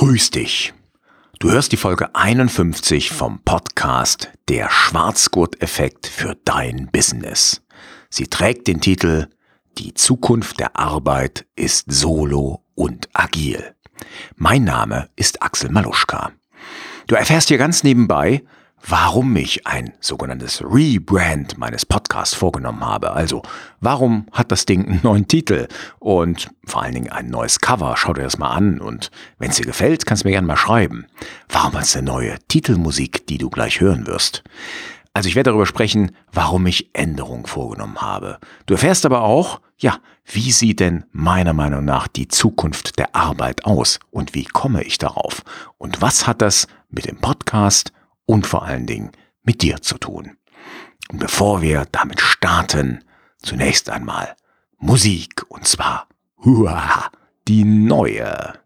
Grüß dich. Du hörst die Folge 51 vom Podcast Der Schwarzgurt-Effekt für dein Business. Sie trägt den Titel Die Zukunft der Arbeit ist solo und agil. Mein Name ist Axel Maluschka. Du erfährst hier ganz nebenbei, warum ich ein sogenanntes Rebrand meines Podcasts vorgenommen habe. Also, warum hat das Ding einen neuen Titel und vor allen Dingen ein neues Cover? Schau dir das mal an und wenn es dir gefällt, kannst du mir gerne mal schreiben. Warum hat es eine neue Titelmusik, die du gleich hören wirst? Also ich werde darüber sprechen, warum ich Änderungen vorgenommen habe. Du erfährst aber auch, wie sieht denn meiner Meinung nach die Zukunft der Arbeit aus und wie komme ich darauf? Und was hat das mit dem Podcast und vor allen Dingen mit dir zu tun? Und bevor wir damit starten, zunächst einmal Musik und zwar die neue.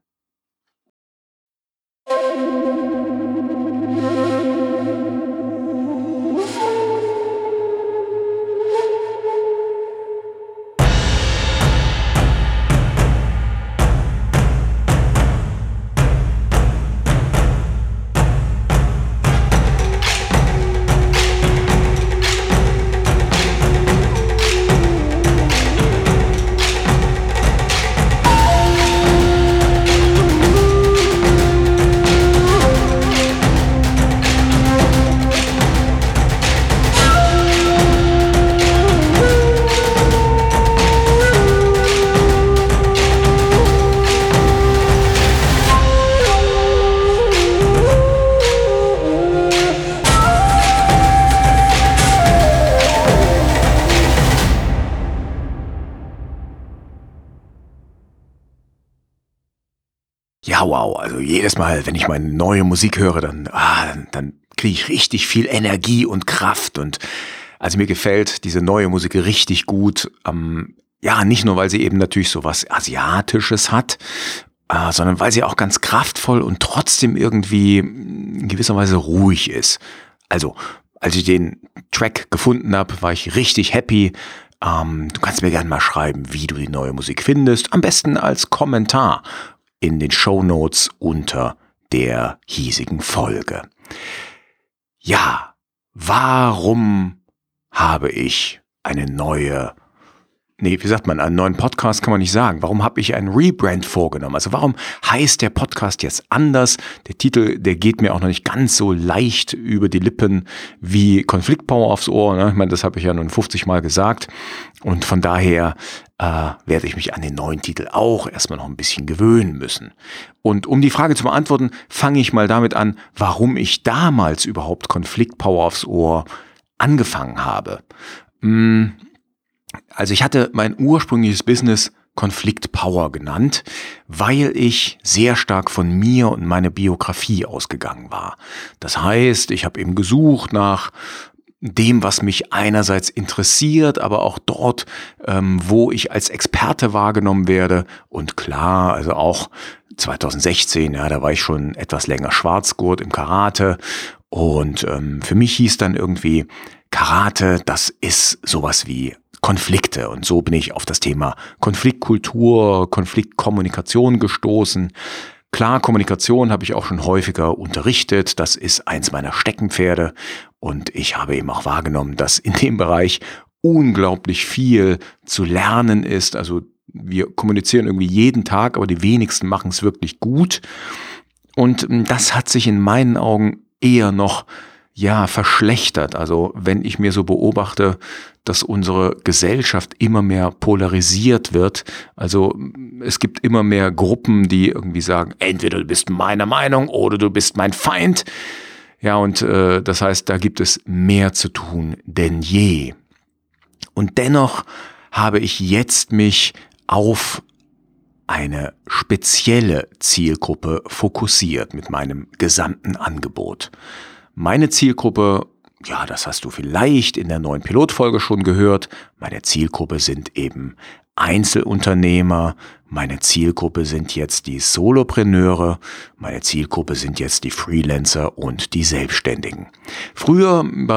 Ja, wow, also jedes Mal, wenn ich meine neue Musik höre, dann kriege ich richtig viel Energie und Kraft und also mir gefällt diese neue Musik richtig gut. Nicht nur, weil sie eben natürlich so was Asiatisches hat, sondern weil sie auch ganz kraftvoll und trotzdem irgendwie in gewisser Weise ruhig ist. Also, als ich den Track gefunden habe, war ich richtig happy. Du kannst mir gerne mal schreiben, wie du die neue Musik findest. Am besten als Kommentar in den Shownotes unter der hiesigen Folge. Ja, warum habe ich einen neuen Podcast kann man nicht sagen. Warum habe ich einen Rebrand vorgenommen? Also warum heißt der Podcast jetzt anders? Der Titel, der geht mir auch noch nicht ganz so leicht über die Lippen wie Konfliktpower aufs Ohr. Ne? Ich meine, das habe ich ja nun 50 Mal gesagt. Und von daher werde ich mich an den neuen Titel auch erstmal noch ein bisschen gewöhnen müssen. Und um die Frage zu beantworten, fange ich mal damit an, warum ich damals überhaupt Konfliktpower aufs Ohr angefangen habe. Also ich hatte mein ursprüngliches Business Konfliktpower genannt, weil ich sehr stark von mir und meiner Biografie ausgegangen war. Das heißt, ich habe eben gesucht nach dem, was mich einerseits interessiert, aber auch dort, wo ich als Experte wahrgenommen werde. Und klar, also auch 2016, da war ich schon etwas länger Schwarzgurt im Karate. Und für mich hieß dann irgendwie, Karate, das ist sowas wie Konflikte. Und so bin ich auf das Thema Konfliktkultur, Konfliktkommunikation gestoßen. Klar, Kommunikation habe ich auch schon häufiger unterrichtet. Das ist eins meiner Steckenpferde. Und ich habe eben auch wahrgenommen, dass in dem Bereich unglaublich viel zu lernen ist. Also wir kommunizieren irgendwie jeden Tag, aber die wenigsten machen es wirklich gut. Und das hat sich in meinen Augen eher noch verschlechtert. Also wenn ich mir so beobachte, dass unsere Gesellschaft immer mehr polarisiert wird. Also es gibt immer mehr Gruppen, die irgendwie sagen, entweder du bist meiner Meinung oder du bist mein Feind. Ja, und das heißt, da gibt es mehr zu tun denn je. Und dennoch habe ich jetzt mich auf eine spezielle Zielgruppe fokussiert mit meinem gesamten Angebot. Meine Zielgruppe, das hast du vielleicht in der neuen Pilotfolge schon gehört, meine Zielgruppe sind eben Einzelunternehmer, meine Zielgruppe sind jetzt die Solopreneure, meine Zielgruppe sind jetzt die Freelancer und die Selbstständigen. Früher bei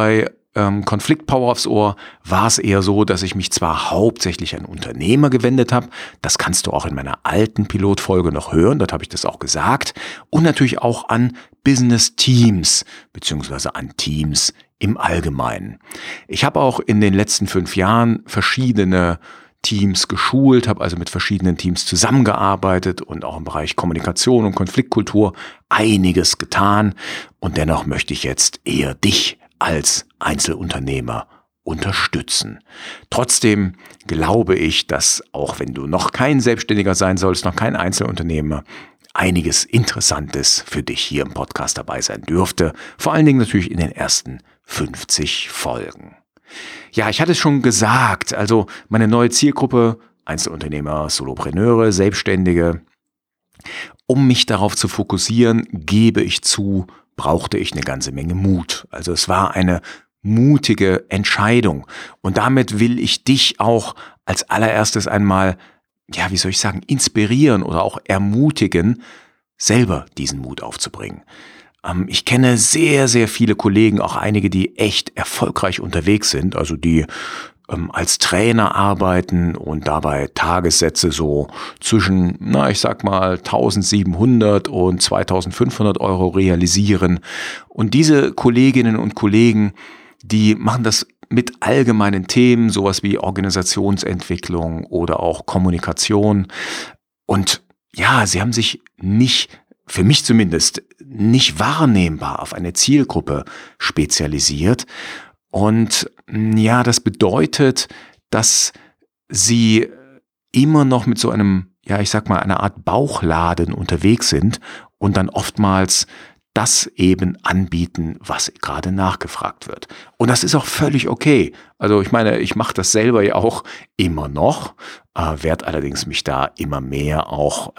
Konfliktpower aufs Ohr war es eher so, dass ich mich zwar hauptsächlich an Unternehmer gewendet habe, das kannst du auch in meiner alten Pilotfolge noch hören, dort habe ich das auch gesagt, und natürlich auch an Business-Teams beziehungsweise an Teams im Allgemeinen. Ich habe auch in den letzten 5 Jahren verschiedene Teams geschult, habe also mit verschiedenen Teams zusammengearbeitet und auch im Bereich Kommunikation und Konfliktkultur einiges getan. Und dennoch möchte ich jetzt eher dich als Einzelunternehmer unterstützen. Trotzdem glaube ich, dass auch wenn du noch kein Selbstständiger sein sollst, noch kein Einzelunternehmer, einiges Interessantes für dich hier im Podcast dabei sein dürfte. Vor allen Dingen natürlich in den ersten 50 Folgen. Ja, ich hatte es schon gesagt, also meine neue Zielgruppe, Einzelunternehmer, Solopreneure, Selbstständige. Um mich darauf zu fokussieren, gebe ich zu, brauchte ich eine ganze Menge Mut. Also es war eine mutige Entscheidung. Und damit will ich dich auch als allererstes einmal, ja, wie soll ich sagen, inspirieren oder auch ermutigen, selber diesen Mut aufzubringen. Ich kenne sehr, sehr viele Kollegen, auch einige, die echt erfolgreich unterwegs sind, also die als Trainer arbeiten und dabei Tagessätze so zwischen, ich sag mal 1.700 und 2.500 Euro realisieren. Und diese Kolleginnen und Kollegen, die machen das mit allgemeinen Themen, sowas wie Organisationsentwicklung oder auch Kommunikation. Und ja, sie haben sich nicht, für mich zumindest, nicht wahrnehmbar auf eine Zielgruppe spezialisiert. Und ja, das bedeutet, dass sie immer noch mit so einem, ja, ich sag mal, einer Art Bauchladen unterwegs sind und dann oftmals das eben anbieten, was gerade nachgefragt wird. Und das ist auch völlig okay. Also ich meine, ich mache das selber ja auch immer noch, werde allerdings mich da immer mehr auch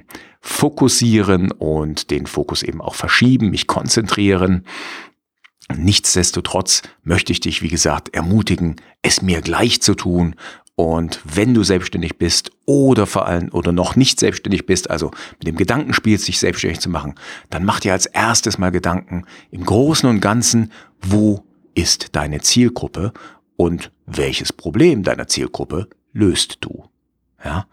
fokussieren und den Fokus eben auch verschieben, mich konzentrieren. Nichtsdestotrotz möchte ich dich, wie gesagt, ermutigen, es mir gleich zu tun. Und wenn du selbstständig bist oder vor allem oder noch nicht selbstständig bist, also mit dem Gedanken spielst, dich selbstständig zu machen, dann mach dir als erstes mal Gedanken im Großen und Ganzen, wo ist deine Zielgruppe und welches Problem deiner Zielgruppe löst du? Ja,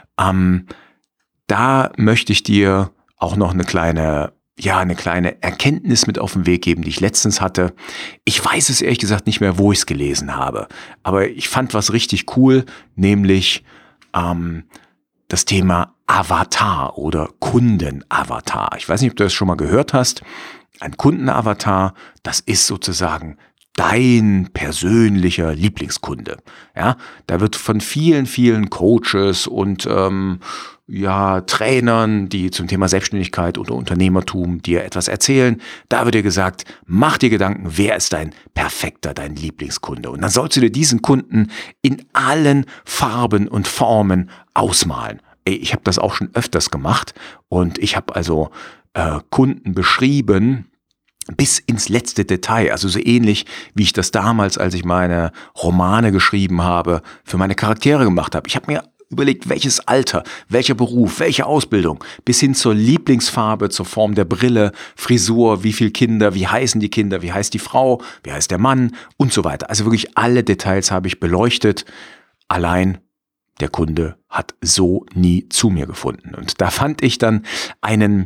da möchte ich dir auch noch eine kleine Erkenntnis mit auf den Weg geben, die ich letztens hatte. Ich weiß es ehrlich gesagt nicht mehr, wo ich es gelesen habe, aber ich fand was richtig cool, nämlich das Thema Avatar oder Kundenavatar. Ich weiß nicht, ob du das schon mal gehört hast. Ein Kundenavatar, das ist sozusagen dein persönlicher Lieblingskunde. Ja, da wird von vielen, vielen Coaches und Trainern, die zum Thema Selbstständigkeit oder Unternehmertum dir etwas erzählen, da wird dir gesagt, mach dir Gedanken, wer ist dein Lieblingskunde? Und dann sollst du dir diesen Kunden in allen Farben und Formen ausmalen. Ich habe das auch schon öfters gemacht und ich habe also Kunden beschrieben, bis ins letzte Detail, also so ähnlich wie ich das damals, als ich meine Romane geschrieben habe, für meine Charaktere gemacht habe. Ich habe mir überlegt, welches Alter, welcher Beruf, welche Ausbildung, bis hin zur Lieblingsfarbe, zur Form der Brille, Frisur, wie viele Kinder, wie heißen die Kinder, wie heißt die Frau, wie heißt der Mann und so weiter. Also wirklich alle Details habe ich beleuchtet. Allein der Kunde hat so nie zu mir gefunden. Und da fand ich dann eine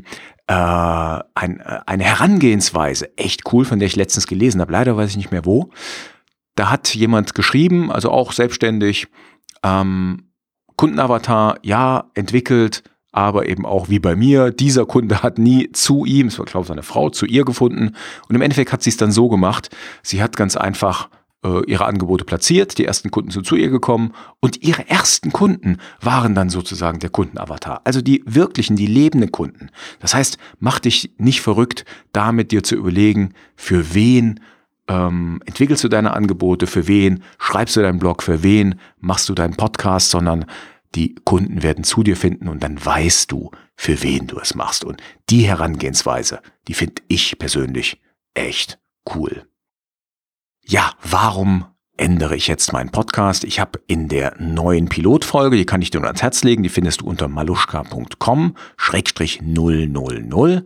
Herangehensweise echt cool, von der ich letztens gelesen habe. Leider weiß ich nicht mehr wo. Da hat jemand geschrieben, also auch selbstständig, Kundenavatar, ja, entwickelt, aber eben auch wie bei mir, dieser Kunde hat nie zu ihm, es war glaube ich seine Frau, zu ihr gefunden. Und im Endeffekt hat sie es dann so gemacht, sie hat ganz einfach ihre Angebote platziert, die ersten Kunden sind zu ihr gekommen und ihre ersten Kunden waren dann sozusagen der Kundenavatar. Also die wirklichen, die lebenden Kunden. Das heißt, mach dich nicht verrückt, damit dir zu überlegen, für wen entwickelst du deine Angebote, für wen schreibst du deinen Blog, für wen machst du deinen Podcast, sondern die Kunden werden zu dir finden und dann weißt du, für wen du es machst. Und die Herangehensweise, die finde ich persönlich echt cool. Ja, warum ändere ich jetzt meinen Podcast? Ich habe in der neuen Pilotfolge, die kann ich dir nur ans Herz legen, die findest du unter maluschka.com/000.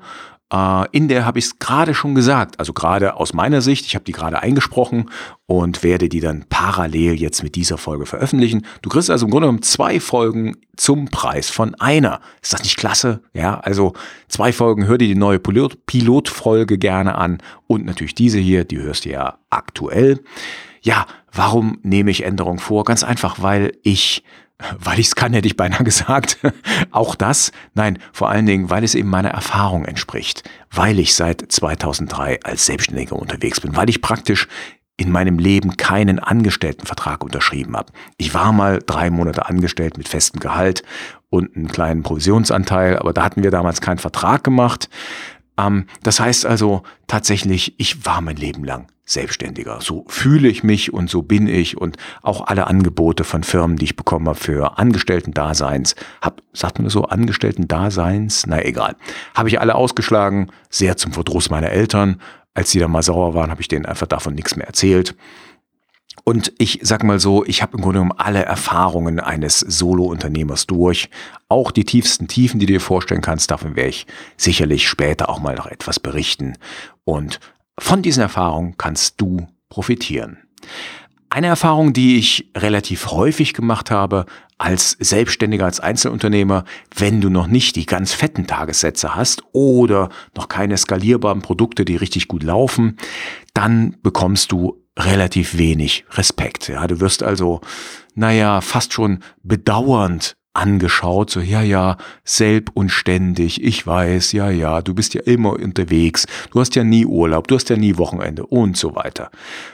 In der habe ich es gerade schon gesagt, also gerade aus meiner Sicht, ich habe die gerade eingesprochen und werde die dann parallel jetzt mit dieser Folge veröffentlichen. Du kriegst also im Grunde genommen 2 Folgen zum Preis von einer. Ist das nicht klasse? Ja, also 2 Folgen, hör dir die neue Pilotfolge gerne an und natürlich diese hier, die hörst du ja aktuell. Ja, warum nehme ich Änderungen vor? Ganz einfach, weil ich es kann, hätte ich beinahe gesagt. Auch das. Nein, vor allen Dingen, weil es eben meiner Erfahrung entspricht. Weil ich seit 2003 als Selbstständiger unterwegs bin. Weil ich praktisch in meinem Leben keinen Angestelltenvertrag unterschrieben habe. Ich war mal 3 Monate angestellt mit festem Gehalt und einem kleinen Provisionsanteil, aber da hatten wir damals keinen Vertrag gemacht. Das heißt also tatsächlich, ich war mein Leben lang Selbstständiger. So fühle ich mich und so bin ich und auch alle Angebote von Firmen, die ich bekommen habe für Angestellten-Daseins, sagt man das so, Angestellten-Daseins? Na egal. Habe ich alle ausgeschlagen, sehr zum Verdruss meiner Eltern. Als die dann mal sauer waren, habe ich denen einfach davon nichts mehr erzählt. Und ich sag mal so, ich habe im Grunde genommen alle Erfahrungen eines Solo-Unternehmers durch. Auch die tiefsten Tiefen, die du dir vorstellen kannst, davon werde ich sicherlich später auch mal noch etwas berichten. Und von diesen Erfahrungen kannst du profitieren. Eine Erfahrung, die ich relativ häufig gemacht habe als Selbstständiger, als Einzelunternehmer, wenn du noch nicht die ganz fetten Tagessätze hast oder noch keine skalierbaren Produkte, die richtig gut laufen, dann bekommst du relativ wenig Respekt. Ja, du wirst also, fast schon bedauernd angeschaut, so, selb und ständig, ich weiß, du bist ja immer unterwegs, du hast ja nie Urlaub, du hast ja nie Wochenende und so weiter.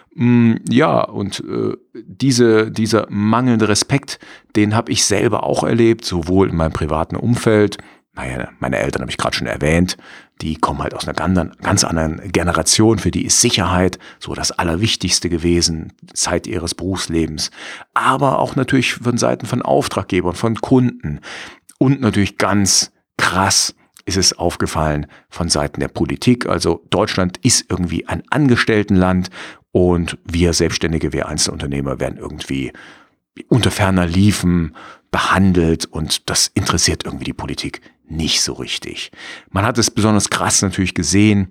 Dieser mangelnde Respekt, den habe ich selber auch erlebt, sowohl in meinem privaten Umfeld. Meine Eltern habe ich gerade schon erwähnt, die kommen halt aus einer ganz anderen Generation, für die ist Sicherheit so das Allerwichtigste gewesen, Zeit ihres Berufslebens. Aber auch natürlich von Seiten von Auftraggebern, von Kunden und natürlich ganz krass ist es aufgefallen von Seiten der Politik. Also Deutschland ist irgendwie ein Angestelltenland und wir Selbstständige, wir Einzelunternehmer werden irgendwie unter ferner Liefen behandelt und das interessiert irgendwie die Politik nicht so richtig. Man hat es besonders krass natürlich gesehen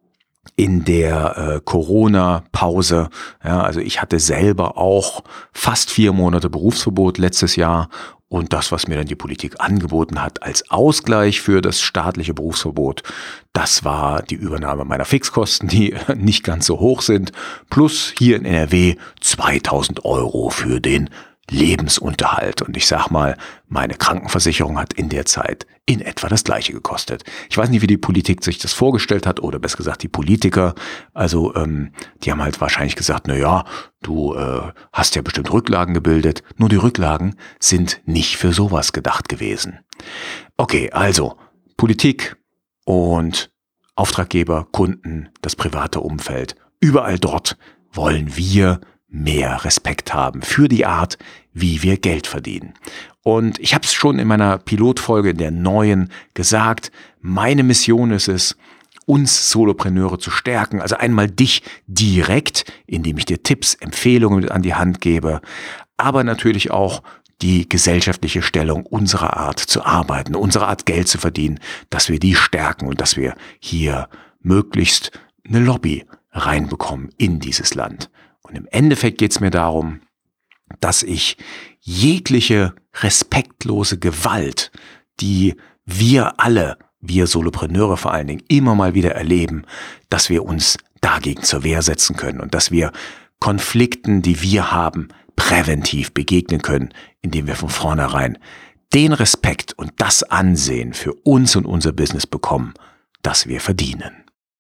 in der Corona-Pause. Ja, also ich hatte selber auch fast 4 Monate Berufsverbot letztes Jahr und das, was mir dann die Politik angeboten hat als Ausgleich für das staatliche Berufsverbot, das war die Übernahme meiner Fixkosten, die nicht ganz so hoch sind, plus hier in NRW 2.000 € für den Lebensunterhalt. Und ich sag mal, meine Krankenversicherung hat in der Zeit in etwa das Gleiche gekostet. Ich weiß nicht, wie die Politik sich das vorgestellt hat oder besser gesagt die Politiker. Also die haben halt wahrscheinlich gesagt, du hast ja bestimmt Rücklagen gebildet. Nur die Rücklagen sind nicht für sowas gedacht gewesen. Okay, also Politik und Auftraggeber, Kunden, das private Umfeld. Überall dort wollen wir mehr Respekt haben für die Art, wie wir Geld verdienen. Und ich habe es schon in meiner Pilotfolge, in der neuen, gesagt, meine Mission ist es, uns Solopreneure zu stärken. Also einmal dich direkt, indem ich dir Tipps, Empfehlungen mit an die Hand gebe, aber natürlich auch die gesellschaftliche Stellung unserer Art zu arbeiten, unserer Art Geld zu verdienen, dass wir die stärken und dass wir hier möglichst eine Lobby reinbekommen in dieses Land. Und im Endeffekt geht es mir darum, dass ich jegliche respektlose Gewalt, die wir alle, wir Solopreneure vor allen Dingen, immer mal wieder erleben, dass wir uns dagegen zur Wehr setzen können und dass wir Konflikten, die wir haben, präventiv begegnen können, indem wir von vornherein den Respekt und das Ansehen für uns und unser Business bekommen, das wir verdienen.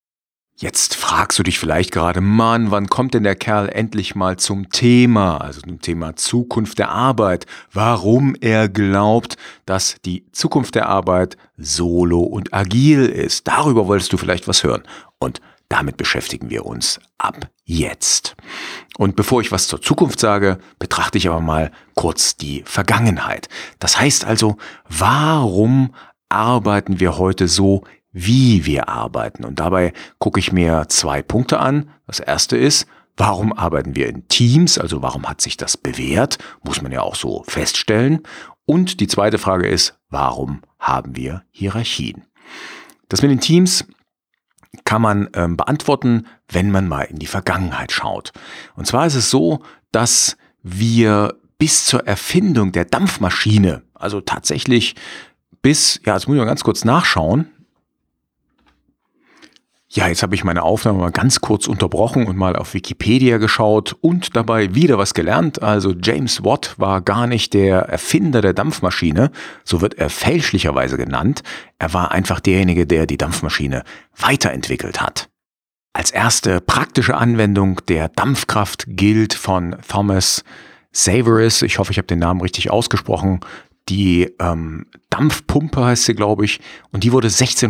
Jetzt fragst du dich vielleicht gerade, Mann, wann kommt denn der Kerl endlich mal zum Thema, also zum Thema Zukunft der Arbeit, warum er glaubt, dass die Zukunft der Arbeit solo und agil ist. Darüber wolltest du vielleicht was hören und damit beschäftigen wir uns ab jetzt. Und bevor ich was zur Zukunft sage, betrachte ich aber mal kurz die Vergangenheit. Das heißt also, warum arbeiten wir heute so, wie wir arbeiten? Und dabei gucke ich mir 2 Punkte an. Das erste ist, warum arbeiten wir in Teams? Also warum hat sich das bewährt? Muss man ja auch so feststellen. Und die zweite Frage ist, warum haben wir Hierarchien? Das mit den Teams, kann man beantworten, wenn man mal in die Vergangenheit schaut. Und zwar ist es so, dass wir bis zur Erfindung der Dampfmaschine, also tatsächlich bis, jetzt muss ich mal ganz kurz nachschauen. Ja, jetzt habe ich meine Aufnahme mal ganz kurz unterbrochen und mal auf Wikipedia geschaut und dabei wieder was gelernt. Also James Watt war gar nicht der Erfinder der Dampfmaschine, so wird er fälschlicherweise genannt. Er war einfach derjenige, der die Dampfmaschine weiterentwickelt hat. Als erste praktische Anwendung der Dampfkraft gilt von Thomas Saveris, ich hoffe, ich habe den Namen richtig ausgesprochen, die Dampfpumpe heißt sie, glaube ich, und die wurde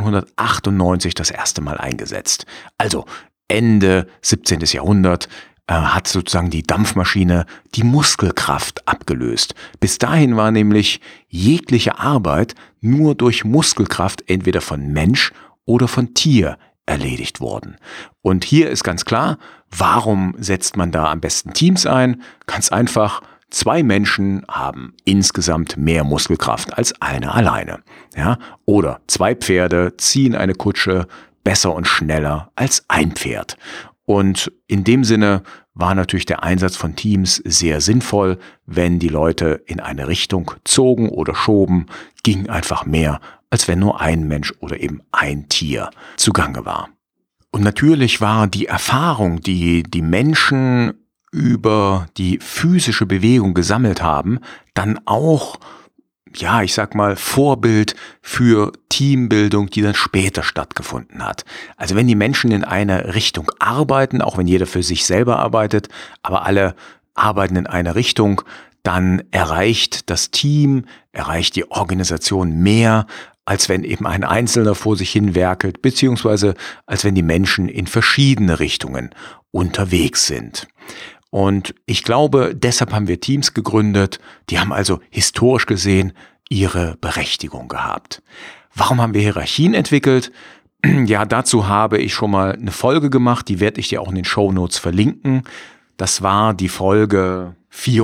1698 das erste Mal eingesetzt. Also Ende 17. Jahrhundert hat sozusagen die Dampfmaschine die Muskelkraft abgelöst. Bis dahin war nämlich jegliche Arbeit nur durch Muskelkraft entweder von Mensch oder von Tier erledigt worden. Und hier ist ganz klar, warum setzt man da am besten Teams ein? Ganz einfach, 2 Menschen haben insgesamt mehr Muskelkraft als einer alleine. Ja? Oder 2 Pferde ziehen eine Kutsche besser und schneller als ein Pferd. Und in dem Sinne war natürlich der Einsatz von Teams sehr sinnvoll. Wenn die Leute in eine Richtung zogen oder schoben, ging einfach mehr, als wenn nur ein Mensch oder eben ein Tier zugange war. Und natürlich war die Erfahrung, die die Menschen über die physische Bewegung gesammelt haben, dann auch, ich sag mal, Vorbild für Teambildung, die dann später stattgefunden hat. Also wenn die Menschen in eine Richtung arbeiten, auch wenn jeder für sich selber arbeitet, aber alle arbeiten in eine Richtung, dann erreicht das Team, erreicht die Organisation mehr, als wenn eben ein Einzelner vor sich hin werkelt, beziehungsweise als wenn die Menschen in verschiedene Richtungen unterwegs sind. Und ich glaube, deshalb haben wir Teams gegründet, die haben also historisch gesehen ihre Berechtigung gehabt. Warum haben wir Hierarchien entwickelt? Ja, dazu habe ich schon mal eine Folge gemacht, die werde ich dir auch in den Shownotes verlinken. Das war die Folge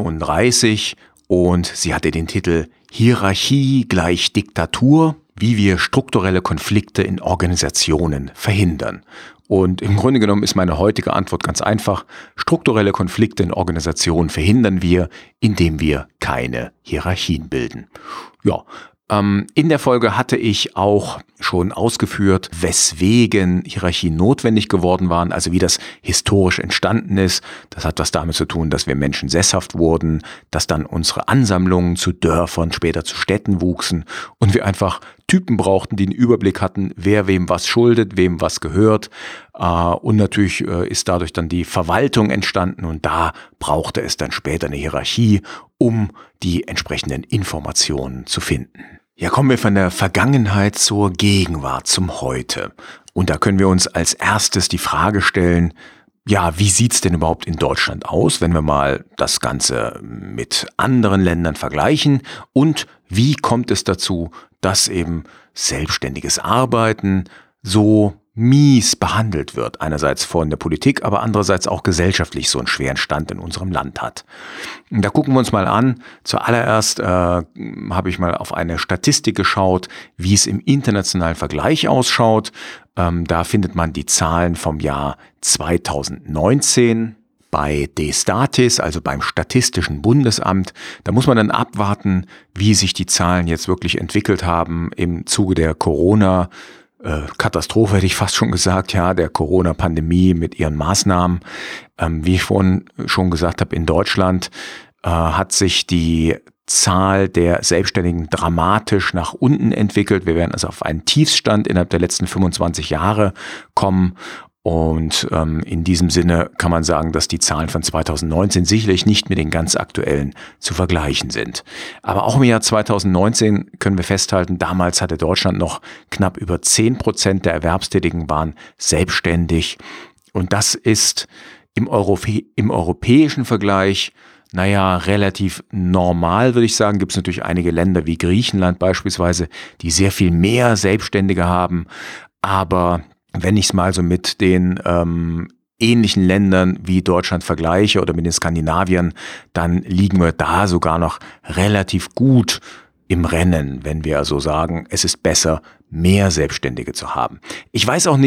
34 und sie hatte den Titel Hierarchie gleich Diktatur, wie wir strukturelle Konflikte in Organisationen verhindern. Und im Grunde genommen ist meine heutige Antwort ganz einfach. Strukturelle Konflikte in Organisationen verhindern wir, indem wir keine Hierarchien bilden. Ja, in der Folge hatte ich auch schon ausgeführt, weswegen Hierarchien notwendig geworden waren, also wie das historisch entstanden ist. Das hat was damit zu tun, dass wir Menschen sesshaft wurden, dass dann unsere Ansammlungen zu Dörfern, später zu Städten wuchsen und wir einfach Typen brauchten, die einen Überblick hatten, wer wem was schuldet, wem was gehört. Und natürlich ist dadurch dann die Verwaltung entstanden und da brauchte es dann später eine Hierarchie, um die entsprechenden Informationen zu finden. Ja, kommen wir von der Vergangenheit zur Gegenwart, zum Heute. Und da können wir uns als erstes die Frage stellen, wie sieht's denn überhaupt in Deutschland aus, wenn wir mal das Ganze mit anderen Ländern vergleichen? Und wie kommt es dazu, dass eben selbstständiges Arbeiten so mies behandelt wird? Einerseits von der Politik, aber andererseits auch gesellschaftlich so einen schweren Stand in unserem Land hat. Da gucken wir uns mal an. Zuallererst habe ich mal auf eine Statistik geschaut, wie es im internationalen Vergleich ausschaut. Da findet man die Zahlen vom Jahr 2019 bei DStatis, also beim Statistischen Bundesamt. Da muss man dann abwarten, wie sich die Zahlen jetzt wirklich entwickelt haben im Zuge der Katastrophe hätte ich fast schon gesagt, der Corona-Pandemie mit ihren Maßnahmen. Wie ich vorhin schon gesagt habe, in Deutschland hat sich die Zahl der Selbstständigen dramatisch nach unten entwickelt. Wir werden also auf einen Tiefstand innerhalb der letzten 25 Jahre kommen. Und in diesem Sinne kann man sagen, dass die Zahlen von 2019 sicherlich nicht mit den ganz aktuellen zu vergleichen sind. Aber auch im Jahr 2019 können wir festhalten, damals hatte Deutschland noch knapp über 10% der Erwerbstätigen waren selbstständig. Und das ist im europäischen Vergleich relativ normal, würde ich sagen. Gibt es natürlich einige Länder wie Griechenland beispielsweise, die sehr viel mehr Selbstständige haben. Aber wenn ich es mal so mit den ähnlichen Ländern wie Deutschland vergleiche oder mit den Skandinaviern, dann liegen wir da sogar noch relativ gut im Rennen, wenn wir also sagen, es ist besser, mehr Selbstständige zu haben. Ich weiß auch nicht,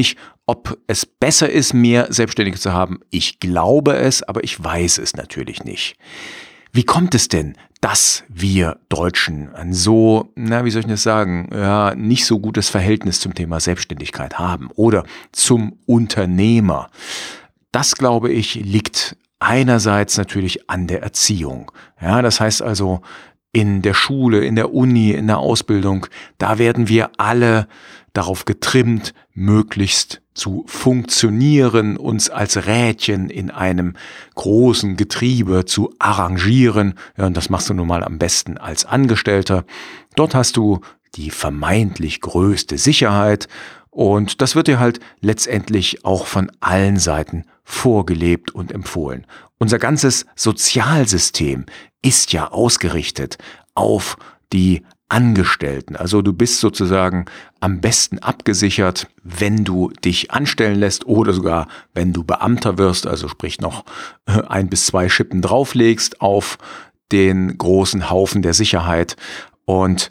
ob es besser ist, mehr Selbstständige zu haben, ich glaube es, aber ich weiß es natürlich nicht. Wie kommt es denn, dass wir Deutschen ein so, wie soll ich das sagen, nicht so gutes Verhältnis zum Thema Selbstständigkeit haben oder zum Unternehmer? Das, glaube ich, liegt einerseits natürlich an der Erziehung. Ja, das heißt also, in der Schule, in der Uni, in der Ausbildung, da werden wir alle darauf getrimmt, möglichst zu funktionieren, uns als Rädchen in einem großen Getriebe zu arrangieren. Ja, und das machst du nun mal am besten als Angestellter. Dort hast du die vermeintlich größte Sicherheit und das wird dir halt letztendlich auch von allen Seiten vorgelebt und empfohlen. Unser ganzes Sozialsystem ist ja ausgerichtet auf die Angestellten. Also du bist sozusagen am besten abgesichert, wenn du dich anstellen lässt oder sogar wenn du Beamter wirst, also sprich noch 1 bis 2 Schippen drauflegst auf den großen Haufen der Sicherheit. Und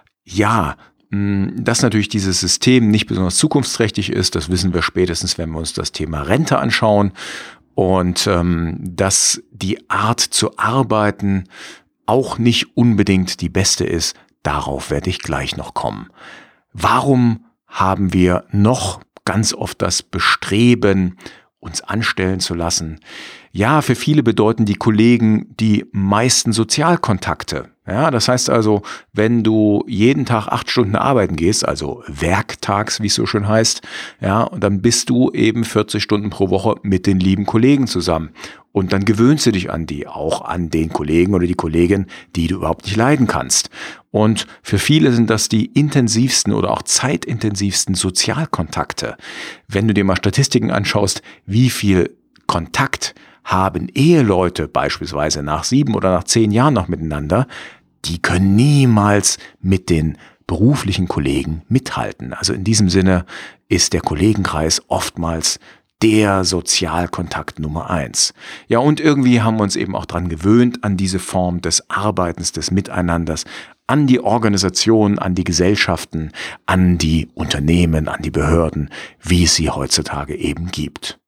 ja, dass natürlich dieses System nicht besonders zukunftsträchtig ist, das wissen wir spätestens, wenn wir uns das Thema Rente anschauen. Und dass die Art zu arbeiten auch nicht unbedingt die beste ist, darauf werde ich gleich noch kommen. Warum haben wir noch ganz oft das Bestreben, uns anstellen zu lassen? Ja, für viele bedeuten die Kollegen die meisten Sozialkontakte. Ja, das heißt also, wenn du jeden Tag 8 Stunden arbeiten gehst, also werktags, wie es so schön heißt, ja, und dann bist du eben 40 Stunden pro Woche mit den lieben Kollegen zusammen. Und dann gewöhnst du dich an die, auch an den Kollegen oder die Kollegin, die du überhaupt nicht leiden kannst. Und für viele sind das die intensivsten oder auch zeitintensivsten Sozialkontakte. Wenn du dir mal Statistiken anschaust, wie viel Kontakt haben Eheleute beispielsweise nach 7 oder nach 10 Jahren noch miteinander, die können niemals mit den beruflichen Kollegen mithalten. Also in diesem Sinne ist der Kollegenkreis oftmals der Sozialkontakt Nummer 1. Ja, und irgendwie haben wir uns eben auch dran gewöhnt, an diese Form des Arbeitens, des Miteinanders, an die Organisationen, an die Gesellschaften, an die Unternehmen, an die Behörden, wie es sie heutzutage eben gibt.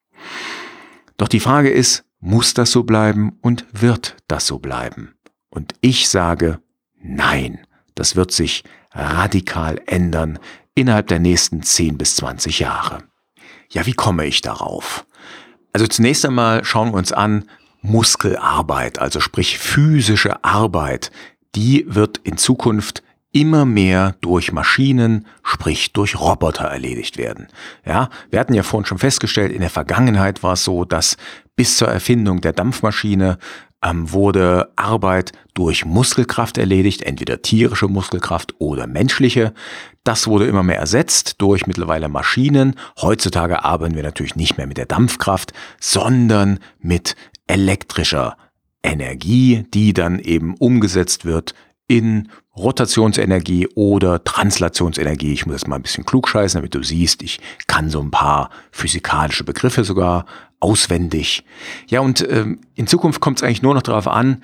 Doch die Frage ist, muss das so bleiben und wird das so bleiben? Und ich sage, nein, das wird sich radikal ändern innerhalb der nächsten 10 bis 20 Jahre. Ja, wie komme ich darauf? Also zunächst einmal schauen wir uns an, Muskelarbeit, also sprich physische Arbeit, die wird in Zukunft immer mehr durch Maschinen, sprich durch Roboter erledigt werden. Ja, wir hatten ja vorhin schon festgestellt, in der Vergangenheit war es so, dass bis zur Erfindung der Dampfmaschine wurde Arbeit durch Muskelkraft erledigt, entweder tierische Muskelkraft oder menschliche. Das wurde immer mehr ersetzt durch mittlerweile Maschinen. Heutzutage arbeiten wir natürlich nicht mehr mit der Dampfkraft, sondern mit elektrischer Energie, die dann eben umgesetzt wird in Rotationsenergie oder Translationsenergie. Ich muss jetzt mal ein bisschen klugscheißen, damit du siehst, ich kann so ein paar physikalische Begriffe sogar auswendig. Ja, und in Zukunft kommt es eigentlich nur noch darauf an,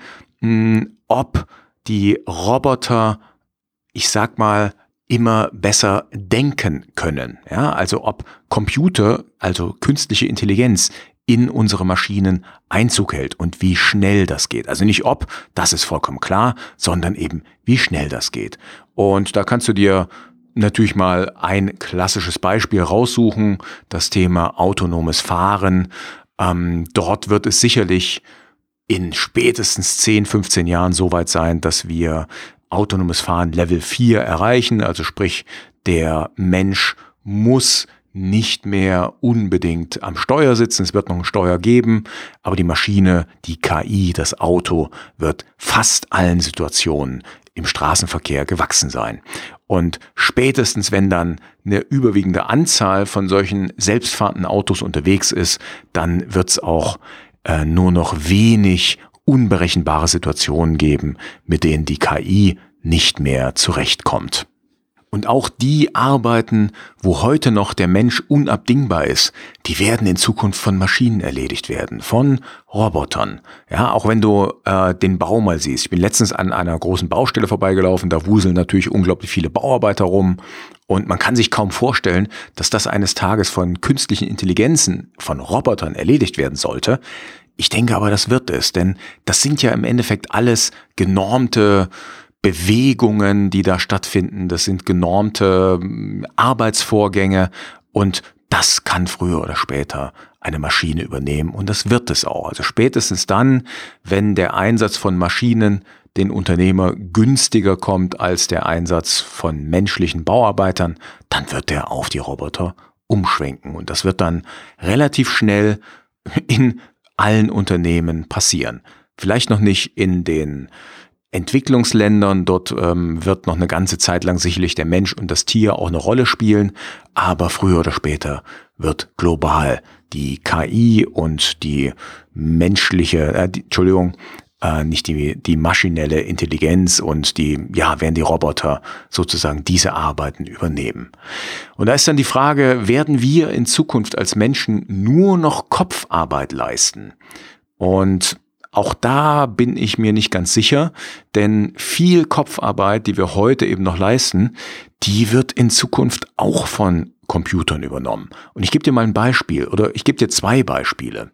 ob die Roboter, ich sag mal, immer besser denken können. Ja, also ob Computer, also künstliche Intelligenz, in unsere Maschinen Einzug hält und wie schnell das geht. Also nicht ob, das ist vollkommen klar, sondern eben wie schnell das geht. Und da kannst du dir natürlich mal ein klassisches Beispiel raussuchen, das Thema autonomes Fahren. Dort wird es sicherlich in spätestens 10, 15 Jahren so weit sein, dass wir autonomes Fahren Level 4 erreichen. Also sprich, der Mensch muss nicht mehr unbedingt am Steuer sitzen, es wird noch ein Steuer geben, aber die Maschine, die KI, das Auto wird fast allen Situationen im Straßenverkehr gewachsen sein. Und spätestens, wenn dann eine überwiegende Anzahl von solchen selbstfahrenden Autos unterwegs ist, dann wird es auch nur noch wenig unberechenbare Situationen geben, mit denen die KI nicht mehr zurechtkommt. Und auch die Arbeiten, wo heute noch der Mensch unabdingbar ist, die werden in Zukunft von Maschinen erledigt werden, von Robotern. Ja, auch wenn du den Bau mal siehst. Ich bin letztens an einer großen Baustelle vorbeigelaufen, da wuseln natürlich unglaublich viele Bauarbeiter rum Und man kann sich kaum vorstellen, dass das eines Tages von künstlichen Intelligenzen, von Robotern erledigt werden sollte. Ich denke aber, das wird es, denn das sind ja im Endeffekt alles genormte Bewegungen, die da stattfinden. Das sind genormte Arbeitsvorgänge und das kann früher oder später eine Maschine übernehmen und das wird es auch. Also spätestens dann, wenn der Einsatz von Maschinen den Unternehmer günstiger kommt als der Einsatz von menschlichen Bauarbeitern, dann wird er auf die Roboter umschwenken. Und das wird dann relativ schnell in allen Unternehmen passieren. Vielleicht noch nicht in den Entwicklungsländern, dort wird noch eine ganze Zeit lang sicherlich der Mensch und das Tier auch eine Rolle spielen, aber früher oder später wird global die KI und die menschliche, nicht die maschinelle Intelligenz und werden die Roboter sozusagen diese Arbeiten übernehmen. Und da ist dann die Frage, werden wir in Zukunft als Menschen nur noch Kopfarbeit leisten? Und auch da bin ich mir nicht ganz sicher, denn viel Kopfarbeit, die wir heute eben noch leisten, die wird in Zukunft auch von Computern übernommen. Und ich gebe dir mal ein Beispiel oder ich gebe dir zwei Beispiele.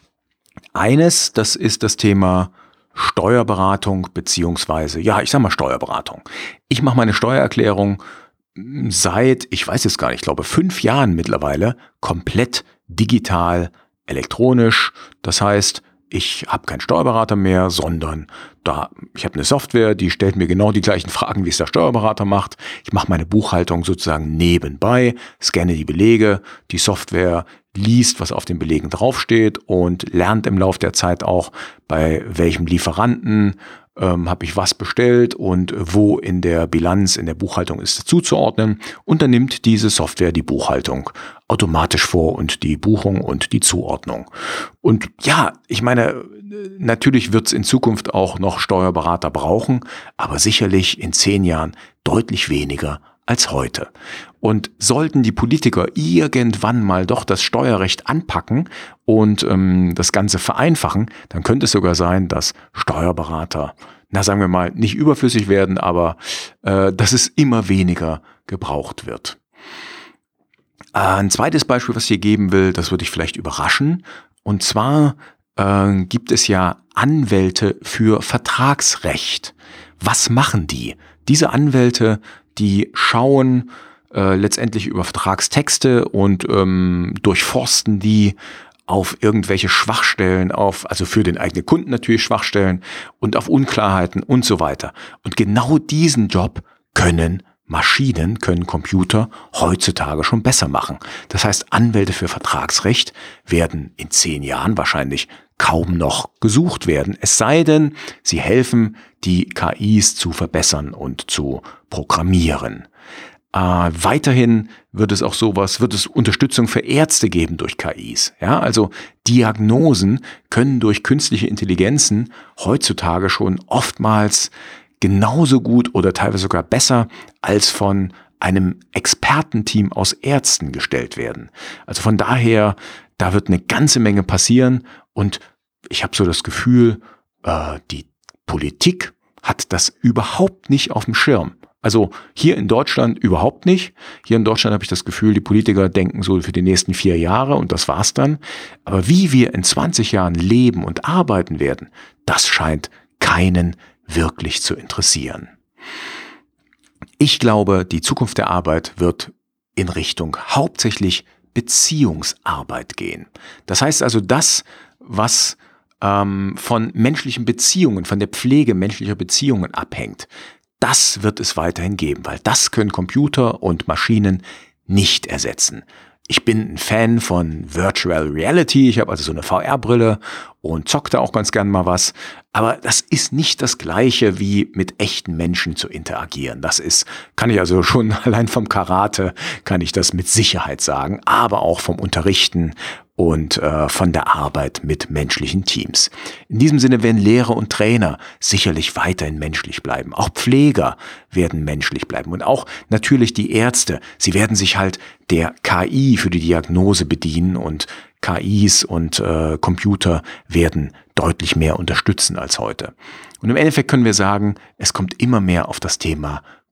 Eines, das ist das Thema Steuerberatung beziehungsweise, Steuerberatung. Ich mache meine Steuererklärung seit, ich weiß jetzt gar nicht, ich glaube 5 Jahren mittlerweile komplett digital, elektronisch. Das heißt, ich habe keinen Steuerberater mehr, sondern ich habe eine Software, die stellt mir genau die gleichen Fragen, wie es der Steuerberater macht. Ich mache meine Buchhaltung sozusagen nebenbei, scanne die Belege, die Software liest, was auf den Belegen draufsteht und lernt im Laufe der Zeit auch, bei welchem Lieferanten habe ich was bestellt und wo in der Bilanz, in der Buchhaltung ist es zuzuordnen. Und dann nimmt diese Software die Buchhaltung automatisch vor und die Buchung und die Zuordnung. Und ja, ich meine, natürlich wird es in Zukunft auch noch Steuerberater brauchen, aber sicherlich in 10 Jahren deutlich weniger als heute. Und sollten die Politiker irgendwann mal doch das Steuerrecht anpacken und das Ganze vereinfachen, dann könnte es sogar sein, dass Steuerberater, sagen wir mal, nicht überflüssig werden, aber dass es immer weniger gebraucht wird. Ein zweites Beispiel, was ich hier geben will, das würde ich vielleicht überraschen. Und zwar gibt es ja Anwälte für Vertragsrecht. Was machen die? Diese Anwälte, die schauen letztendlich über Vertragstexte und durchforsten die auf irgendwelche Schwachstellen, also für den eigenen Kunden natürlich Schwachstellen und auf Unklarheiten und so weiter. Und genau diesen Job können Computer heutzutage schon besser machen. Das heißt, Anwälte für Vertragsrecht werden in 10 Jahren wahrscheinlich kaum noch gesucht werden. Es sei denn, sie helfen, die KIs zu verbessern und zu programmieren. Weiterhin wird es Unterstützung für Ärzte geben durch KIs. Ja, also Diagnosen können durch künstliche Intelligenzen heutzutage schon oftmals genauso gut oder teilweise sogar besser als von einem Expertenteam aus Ärzten gestellt werden. Also von daher, da wird eine ganze Menge passieren und ich habe so das Gefühl, die Politik hat das überhaupt nicht auf dem Schirm. Also hier in Deutschland überhaupt nicht. Hier in Deutschland habe ich das Gefühl, die Politiker denken so für die nächsten 4 Jahre und das war's dann. Aber wie wir in 20 Jahren leben und arbeiten werden, das scheint keinen wirklich zu interessieren. Ich glaube, die Zukunft der Arbeit wird in Richtung hauptsächlich Beziehungsarbeit gehen. Das heißt also, das, was von menschlichen Beziehungen, von der Pflege menschlicher Beziehungen abhängt, das wird es weiterhin geben, weil das können Computer und Maschinen nicht ersetzen. Ich bin ein Fan von Virtual Reality, ich habe also so eine VR-Brille und zocke da auch ganz gern mal was. Aber das ist nicht das Gleiche, wie mit echten Menschen zu interagieren. Kann ich also schon allein vom Karate, kann ich das mit Sicherheit sagen, aber auch vom Unterrichten und von der Arbeit mit menschlichen Teams. In diesem Sinne werden Lehrer und Trainer sicherlich weiterhin menschlich bleiben. Auch Pfleger werden menschlich bleiben und auch natürlich die Ärzte. Sie werden sich halt der KI für die Diagnose bedienen und KIs und Computer werden deutlich mehr unterstützen als heute. Und im Endeffekt können wir sagen, es kommt immer mehr auf das Thema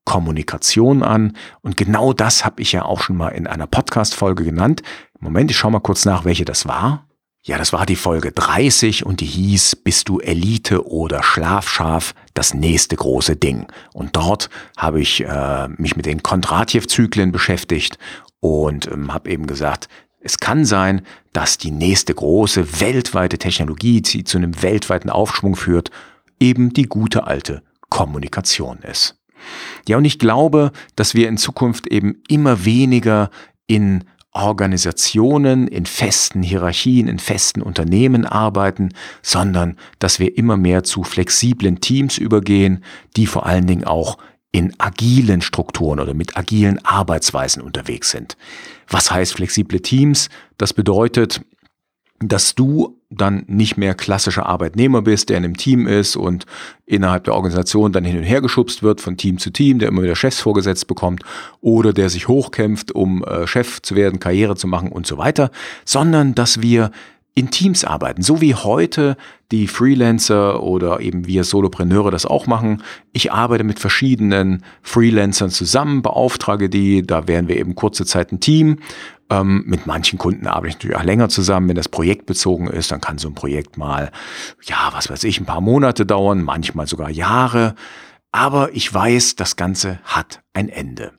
Kommunikation an. Und genau das habe ich ja auch schon mal in einer Podcast-Folge genannt. Moment, ich schaue mal kurz nach, welche das war. Ja, das war die Folge 30 und die hieß, bist du Elite oder Schlafschaf, das nächste große Ding. Und dort habe ich mich mit den Kondratjew-Zyklen beschäftigt und habe eben gesagt, es kann sein, dass die nächste große weltweite Technologie, die zu einem weltweiten Aufschwung führt, eben die gute alte Kommunikation ist. Ja, und ich glaube, dass wir in Zukunft eben immer weniger in Organisationen, in festen Hierarchien, in festen Unternehmen arbeiten, sondern dass wir immer mehr zu flexiblen Teams übergehen, die vor allen Dingen auch in agilen Strukturen oder mit agilen Arbeitsweisen unterwegs sind. Was heißt flexible Teams? Das bedeutet, dass du dann nicht mehr klassischer Arbeitnehmer bist, der in einem Team ist und innerhalb der Organisation dann hin und her geschubst wird von Team zu Team, der immer wieder Chefs vorgesetzt bekommt oder der sich hochkämpft, um Chef zu werden, Karriere zu machen und so weiter, sondern dass wir in Teams arbeiten, so wie heute die Freelancer oder eben wir Solopreneure das auch machen. Ich arbeite mit verschiedenen Freelancern zusammen, beauftrage die, da wären wir eben kurze Zeit ein Team. Mit manchen Kunden arbeite ich natürlich auch länger zusammen. Wenn das projektbezogen ist, dann kann so ein Projekt mal, ja, was weiß ich, ein paar Monate dauern, manchmal sogar Jahre. Aber ich weiß, das Ganze hat ein Ende.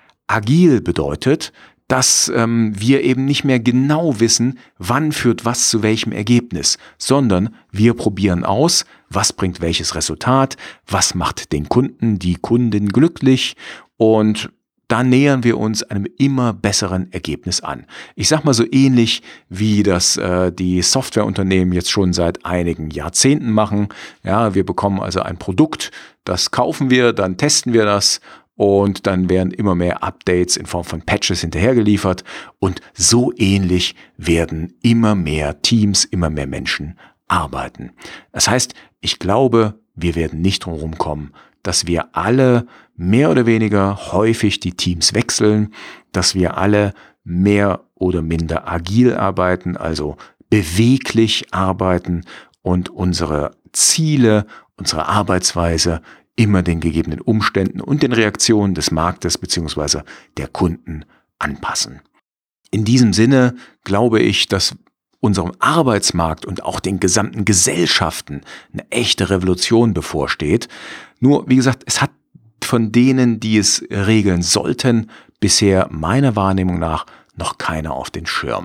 Agil bedeutet, dass wir eben nicht mehr genau wissen, wann führt was zu welchem Ergebnis, sondern wir probieren aus, was bringt welches Resultat, was macht den Kunden, die Kundin glücklich und da nähern wir uns einem immer besseren Ergebnis an. Ich sag mal so ähnlich, wie das die Softwareunternehmen jetzt schon seit einigen Jahrzehnten machen. Ja, wir bekommen also ein Produkt, das kaufen wir, dann testen wir das und dann werden immer mehr Updates in Form von Patches hinterhergeliefert und so ähnlich werden immer mehr Teams, immer mehr Menschen arbeiten. Das heißt, ich glaube, wir werden nicht drum herum kommen, dass wir alle mehr oder weniger häufig die Teams wechseln, dass wir alle mehr oder minder agil arbeiten, also beweglich arbeiten und unsere Ziele, unsere Arbeitsweise immer den gegebenen Umständen und den Reaktionen des Marktes bzw. der Kunden anpassen. In diesem Sinne glaube ich, dass unserem Arbeitsmarkt und auch den gesamten Gesellschaften eine echte Revolution bevorsteht. Nur, wie gesagt, es hat von denen, die es regeln sollten, bisher meiner Wahrnehmung nach noch keiner auf den Schirm.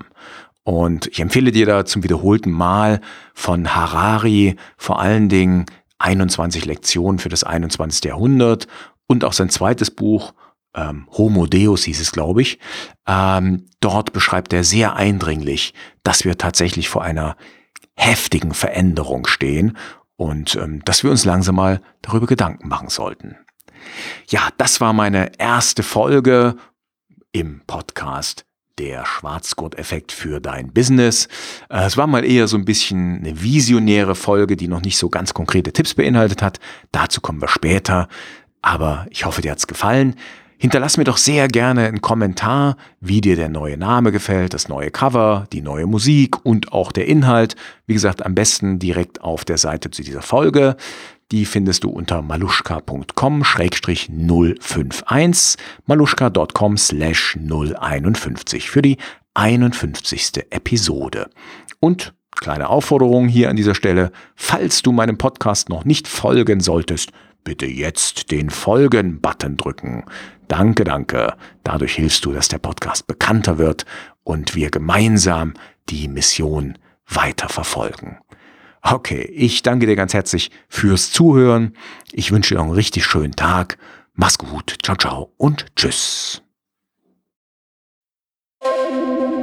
Und ich empfehle dir da zum wiederholten Mal von Harari vor allen Dingen 21 Lektionen für das 21. Jahrhundert und auch sein zweites Buch, Homo Deus hieß es, glaube ich. Dort beschreibt er sehr eindringlich, dass wir tatsächlich vor einer heftigen Veränderung stehen und dass wir uns langsam mal darüber Gedanken machen sollten. Ja, das war meine erste Folge im Podcast Der Schwarzgurt-Effekt für dein Business. Es war mal eher so ein bisschen eine visionäre Folge, die noch nicht so ganz konkrete Tipps beinhaltet hat. Dazu kommen wir später. Aber ich hoffe, dir hat's gefallen. Hinterlass mir doch sehr gerne einen Kommentar, wie dir der neue Name gefällt, das neue Cover, die neue Musik und auch der Inhalt. Wie gesagt, am besten direkt auf der Seite zu dieser Folge. Die findest du unter maluschka.com/051, maluschka.com/051 für die 51. Episode. Und kleine Aufforderung hier an dieser Stelle, falls du meinem Podcast noch nicht folgen solltest, bitte jetzt den Folgen-Button drücken. Danke, danke. Dadurch hilfst du, dass der Podcast bekannter wird und wir gemeinsam die Mission weiter verfolgen. Okay, ich danke dir ganz herzlich fürs Zuhören. Ich wünsche dir noch einen richtig schönen Tag. Mach's gut. Ciao, ciao und tschüss.